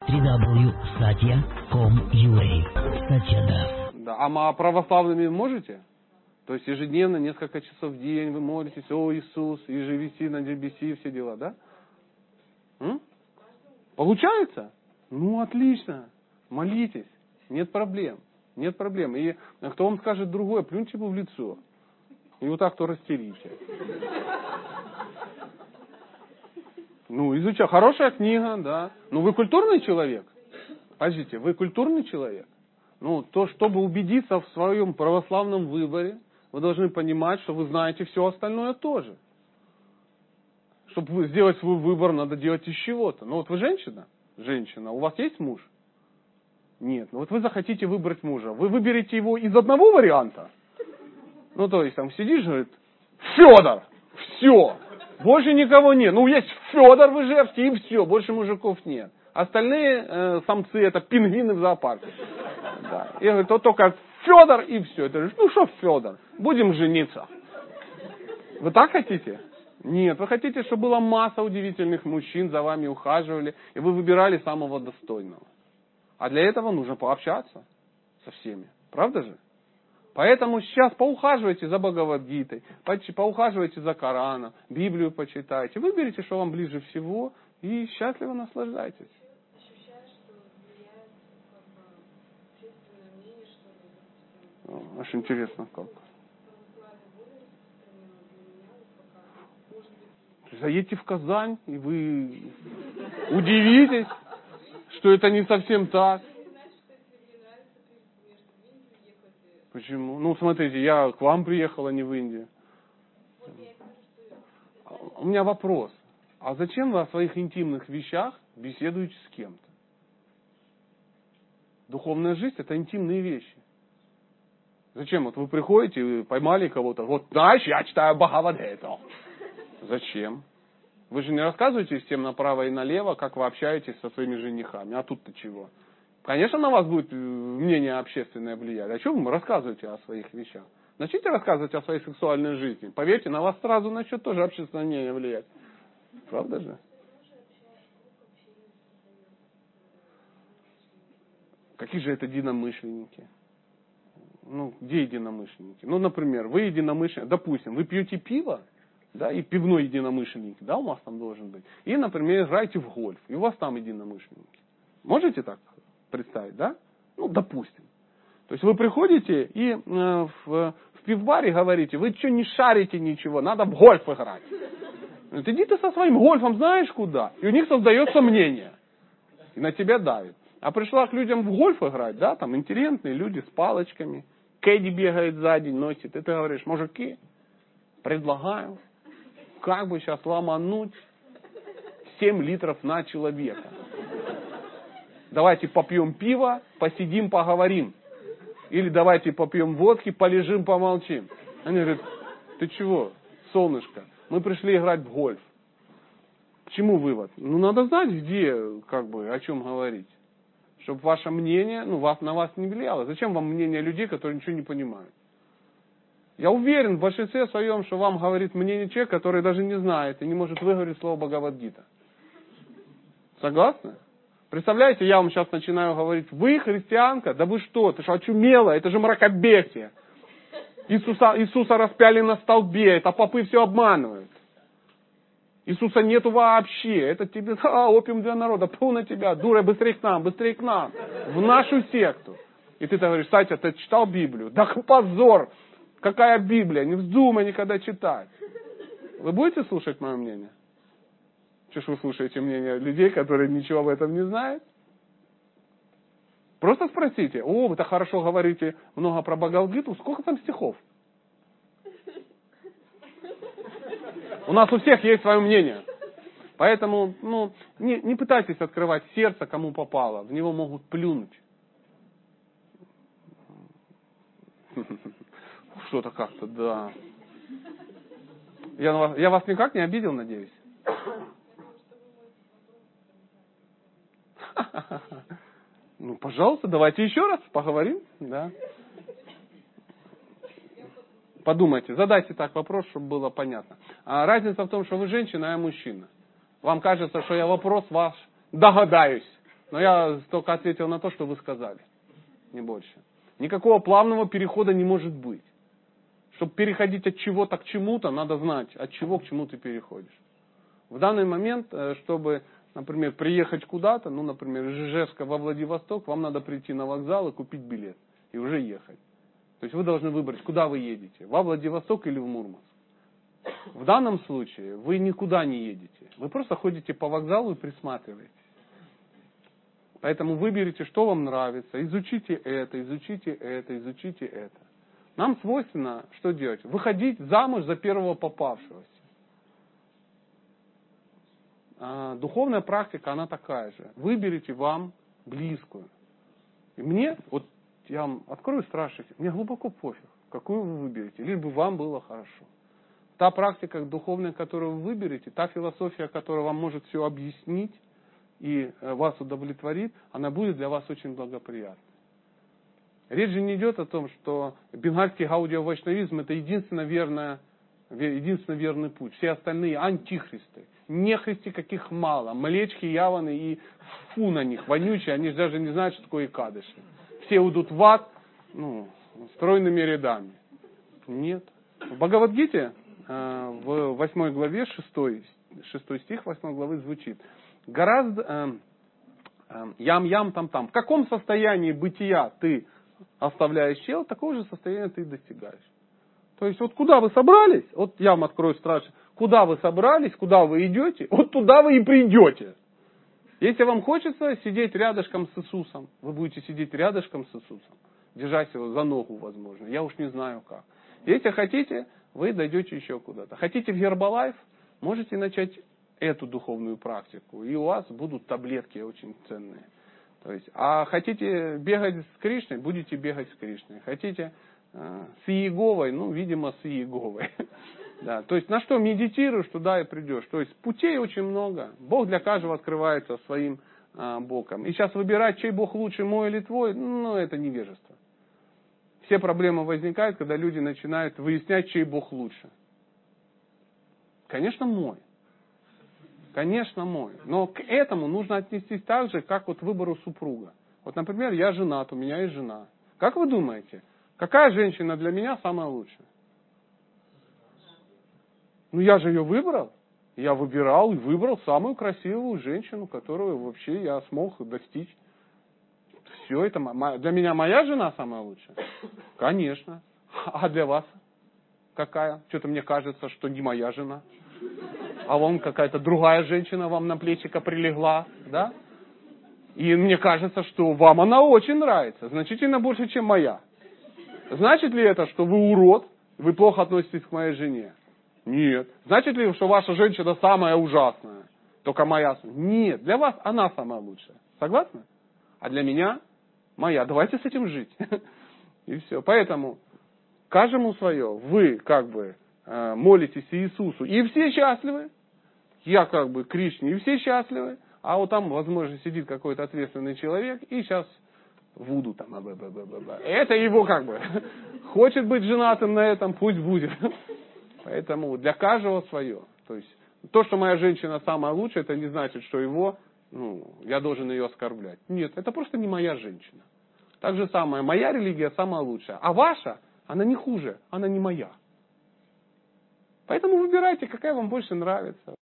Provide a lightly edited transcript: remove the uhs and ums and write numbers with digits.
www.satya.com.ua Satya Das. Да. А православными можете? То есть ежедневно, несколько часов в день вы молитесь, о Иисус, и живи на небеси, все дела, да? Получается? Ну, отлично. Молитесь. Нет проблем. Нет проблем. И кто вам скажет другое, плюньте ему в лицо. И вот так то растерите. Ну, изучай. Хорошая книга, да. Ну, вы культурный человек? Подождите, вы культурный человек? Ну, то, чтобы убедиться в своем православном выборе, вы должны понимать, что вы знаете все остальное тоже. Чтобы сделать свой выбор, надо делать из чего-то. Ну, вот вы женщина? Женщина. У вас есть муж? Нет. Ну, вот вы захотите выбрать мужа. Вы выберете его из одного варианта? Ну, то есть, там сидишь, говорит, Федор! Все! Больше никого нет. Ну, есть Федор в Ижевске, и все. Больше мужиков нет. Остальные самцы это пингвины в зоопарке. Да. И говорит, вот только Федор и все. Это же, ну что Федор? Будем жениться. Вы так хотите? Нет, вы хотите, чтобы была масса удивительных мужчин, за вами ухаживали, и вы выбирали самого достойного. А для этого нужно пообщаться со всеми. Правда же? Поэтому сейчас поухаживайте за Бхагавад-гитой, поухаживайте за Кораном, Библию почитайте. Выберите, что вам ближе всего, и счастливо наслаждайтесь. Ощущаешь, что влияет общественное мнение, что ли? Аж интересно как. Заедьте в Казань, и вы удивитесь, что это не совсем так. Почему? Ну, смотрите, я к вам приехал, а не в Индию. У меня вопрос. А зачем вы о своих интимных вещах беседуете с кем-то? Духовная жизнь – это интимные вещи. Зачем? Вот вы приходите и поймали кого-то. Вот, знаешь, я читаю Бхагавад-гиту. Зачем? Вы же не рассказываете всем направо и налево, как вы общаетесь со своими женихами. А тут-то чего? Конечно, на вас будет мнение общественное влиять. А что вы рассказываете о своих вещах? Начните рассказывать о своей сексуальной жизни. Поверьте, на вас сразу начнет тоже общественное мнение влиять. Правда же? Какие же это единомышленники? Ну, где единомышленники? Ну, например, вы единомышленники. Допустим, вы пьете пиво, да, и пивной единомышленник, да, у вас там должен быть. И, например, играете в гольф, и у вас там единомышленники. Можете так представить, да? Ну, допустим. То есть вы приходите и в пивбаре говорите, вы что не шарите ничего, надо в гольф играть. Говорит, иди ты со своим гольфом знаешь куда. И у них создается мнение. И на тебя давит. А пришла к людям в гольф играть, да, там интеллигентные люди с палочками. Кэдди бегает сзади, носит. И ты говоришь, мужики, предлагаю, как бы сейчас ломануть 7 литров на человека. Давайте попьем пиво, посидим, поговорим. Или давайте попьем водки, полежим, помолчим. Они говорят, ты чего, солнышко, мы пришли играть в гольф. К чему вывод? Ну, надо знать, где, как бы, о чем говорить. Чтобы ваше мнение, ну, на вас не влияло. Зачем вам мнение людей, которые ничего не понимают? Я уверен в большинстве своем, что вам говорит мнение человека, который даже не знает и не может выговорить слово Бхагавад-гита. Согласны? Представляете, я вам сейчас начинаю говорить, вы христианка? Да вы что, ты что, очумела? Это же мракобесие. Иисуса распяли на столбе, это попы все обманывают. Иисуса нету вообще, это тебе опиум для народа, пу на тебя, дура, быстрее к нам, в нашу секту. И ты говоришь, Сатя, ты читал Библию? Да позор, какая Библия, не вздумай никогда читать. Вы будете слушать мое мнение? Что ж вы слушаете мнение людей, которые ничего об этом не знают? Просто спросите, вы так хорошо говорите много про Бхагавад-гиту, сколько там стихов? У нас у всех есть свое мнение. Поэтому не пытайтесь открывать сердце, кому попало. В него могут плюнуть. Что-то как-то, да. Я вас никак не обидел, надеюсь? Ну, пожалуйста, давайте еще раз поговорим. Да. Подумайте, задайте так вопрос, чтобы было понятно. Разница в том, что вы женщина, а я мужчина. Вам кажется, что я вопрос ваш догадаюсь. Но я только ответил на то, что вы сказали. Не больше. Никакого плавного перехода не может быть. Чтобы переходить от чего-то к чему-то, надо знать, от чего к чему ты переходишь. В данный момент, чтобы, например, приехать куда-то, ну, например, из Ижевска во Владивосток, вам надо прийти на вокзал и купить билет. И уже ехать. То есть вы должны выбрать, куда вы едете. Во Владивосток или в Мурманск. В данном случае вы никуда не едете. Вы просто ходите по вокзалу и присматриваетесь. Поэтому выберите, что вам нравится. Изучите это, изучите это, изучите это. Нам свойственно что делать? Выходить замуж за первого попавшегося. Духовная практика, она такая же. Выберите вам близкую. И мне, вот я вам открою страшно, мне глубоко пофиг, какую вы выберете, лишь бы вам было хорошо. Та практика духовная, которую вы выберете, та философия, которая вам может все объяснить и вас удовлетворит, она будет для вас очень благоприятной. Речь же не идет о том, что бенгальский гаудио-вайшнавизм это единственно верный путь. Все остальные антихристы. Нехристи каких мало. Млечки, яваны и фу на них, вонючие, они даже не знают, что такое икадыши. Все уйдут в ад, стройными рядами. Нет. В Бхагавад-гите, в 8 главе, 6 стих 8 главы звучит. Гораздо ям-ям там-там. В каком состоянии бытия ты оставляешь тело, такого же состояния ты достигаешь. То есть вот куда вы собрались, вот я вам открою страшно, куда вы собрались, куда вы идете, вот туда вы и придете. Если вам хочется сидеть рядышком с Иисусом, вы будете сидеть рядышком с Иисусом, держась его за ногу, возможно. Я уж не знаю как. Если хотите, вы дойдете еще куда-то. Хотите в Гербалайф, можете начать эту духовную практику, и у вас будут таблетки очень ценные. То есть, а хотите бегать с Кришной, будете бегать с Кришной. Хотите с Иеговой, видимо, с Иеговой. Да, то есть, на что медитируешь, туда и придешь. То есть, путей очень много. Бог для каждого открывается своим боком. И сейчас выбирать, чей Бог лучше, мой или твой, это невежество. Все проблемы возникают, когда люди начинают выяснять, чей Бог лучше. Конечно, мой. Конечно, мой. Но к этому нужно отнестись так же, как вот к выбору супруга. Вот, например, я женат, у меня есть жена. Как вы думаете, какая женщина для меня самая лучшая? Я же ее выбрал. Я выбирал и выбрал самую красивую женщину, которую вообще я смог достичь. Все это для меня моя жена самая лучшая? Конечно. А для вас какая? Что-то мне кажется, что не моя жена. А вон какая-то другая женщина вам на плечико прилегла, да? И мне кажется, что вам она очень нравится, значительно больше, чем моя. Значит ли это, что вы урод, вы плохо относитесь к моей жене? Нет. Значит ли, что ваша женщина самая ужасная, только моя? Нет. Для вас она самая лучшая. Согласны? А для меня моя. Давайте с этим жить. И все. Поэтому каждому свое. Вы молитесь Иисусу, и все счастливы. Я Кришне, и все счастливы. А вот там, возможно, сидит какой-то ответственный человек, и сейчас вуду там. Это его хочет быть женатым на этом, пусть будет. Поэтому для каждого свое. То есть то, что моя женщина самая лучшая, это не значит, что я должен ее оскорблять. Нет, это просто не моя женщина. Так же самое, моя религия самая лучшая, а ваша, она не хуже, она не моя. Поэтому выбирайте, какая вам больше нравится.